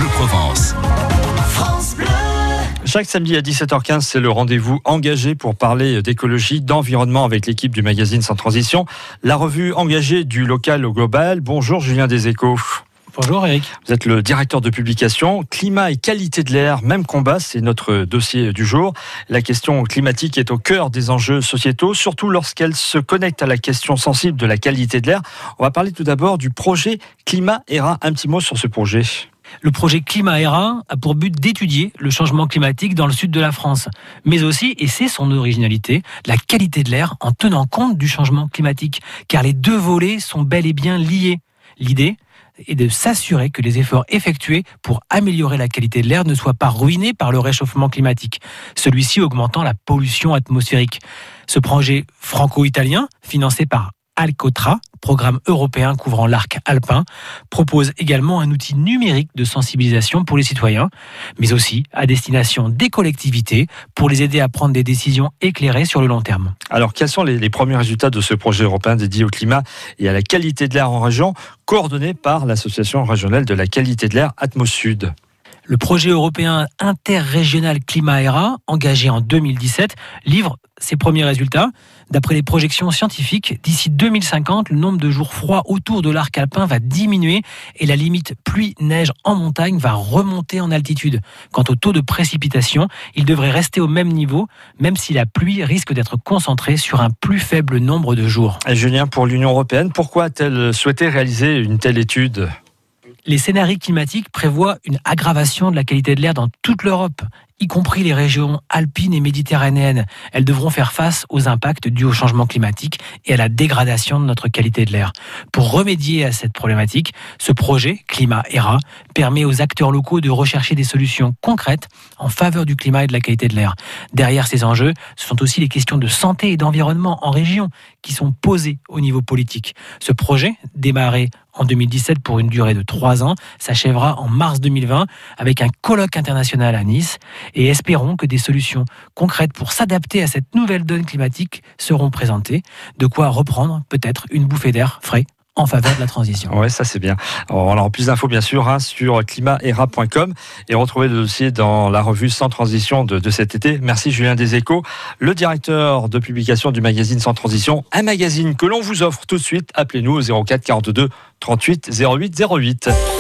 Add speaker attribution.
Speaker 1: Bleu Provence.
Speaker 2: France Bleu.
Speaker 3: Chaque samedi à 17h15, c'est le rendez-vous engagé pour parler d'écologie, d'environnement avec l'équipe du magazine Sans Transition. La revue engagée du local au global. Bonjour Julien Deséco.
Speaker 4: Bonjour Eric.
Speaker 3: Vous êtes le directeur de publication. Climat et qualité de l'air, même combat, c'est notre dossier du jour. La question climatique est au cœur des enjeux sociétaux, surtout lorsqu'elle se connecte à la question sensible de la qualité de l'air. On va parler tout d'abord du projet Climat ERA. Un petit mot sur ce projet.
Speaker 4: Le projet Climat ERA a pour but d'étudier le changement climatique dans le sud de la France, mais aussi, et c'est son originalité, la qualité de l'air en tenant compte du changement climatique, car les deux volets sont bel et bien liés. L'idée est de s'assurer que les efforts effectués pour améliorer la qualité de l'air ne soient pas ruinés par le réchauffement climatique, celui-ci augmentant la pollution atmosphérique. Ce projet franco-italien, financé par Alcotra, programme européen couvrant l'arc alpin, propose également un outil numérique de sensibilisation pour les citoyens, mais aussi à destination des collectivités pour les aider à prendre des décisions éclairées sur le long terme.
Speaker 3: Alors, quels sont les premiers résultats de ce projet européen dédié au climat et à la qualité de l'air en région, coordonné par l'Association régionale de la qualité de l'air Atmosud ?
Speaker 4: Le projet européen interrégional Climat ERA, engagé en 2017, livre ses premiers résultats. D'après les projections scientifiques, d'ici 2050, le nombre de jours froids autour de l'arc alpin va diminuer et la limite pluie-neige en montagne va remonter en altitude. Quant au taux de précipitation, il devrait rester au même niveau, même si la pluie risque d'être concentrée sur un plus faible nombre de jours.
Speaker 3: Et Julien, pour l'Union européenne, pourquoi a-t-elle souhaité réaliser une telle étude ?
Speaker 4: Les scénarios climatiques prévoient une aggravation de la qualité de l'air dans toute l'Europe, y compris les régions alpines et méditerranéennes. Elles devront faire face aux impacts dus au changement climatique et à la dégradation de notre qualité de l'air. Pour remédier à cette problématique, ce projet, Climat ERA, permet aux acteurs locaux de rechercher des solutions concrètes en faveur du climat et de la qualité de l'air. Derrière ces enjeux, ce sont aussi les questions de santé et d'environnement en région qui sont posées au niveau politique. Ce projet, démarré en 2017 pour une durée de 3 ans, s'achèvera en mars 2020 avec un colloque international à Nice et espérons que des solutions concrètes pour s'adapter à cette nouvelle donne climatique seront présentées, de quoi reprendre peut-être une bouffée d'air frais en faveur de la transition.
Speaker 3: Oui, ça c'est bien. On aura plus d'infos bien sûr sur climatera.com et retrouver le dossier dans la revue Sans Transition de cet été. Merci Julien Deséco, le directeur de publication du magazine Sans Transition, un magazine que l'on vous offre tout de suite. Appelez-nous au 04 42 38 08 08.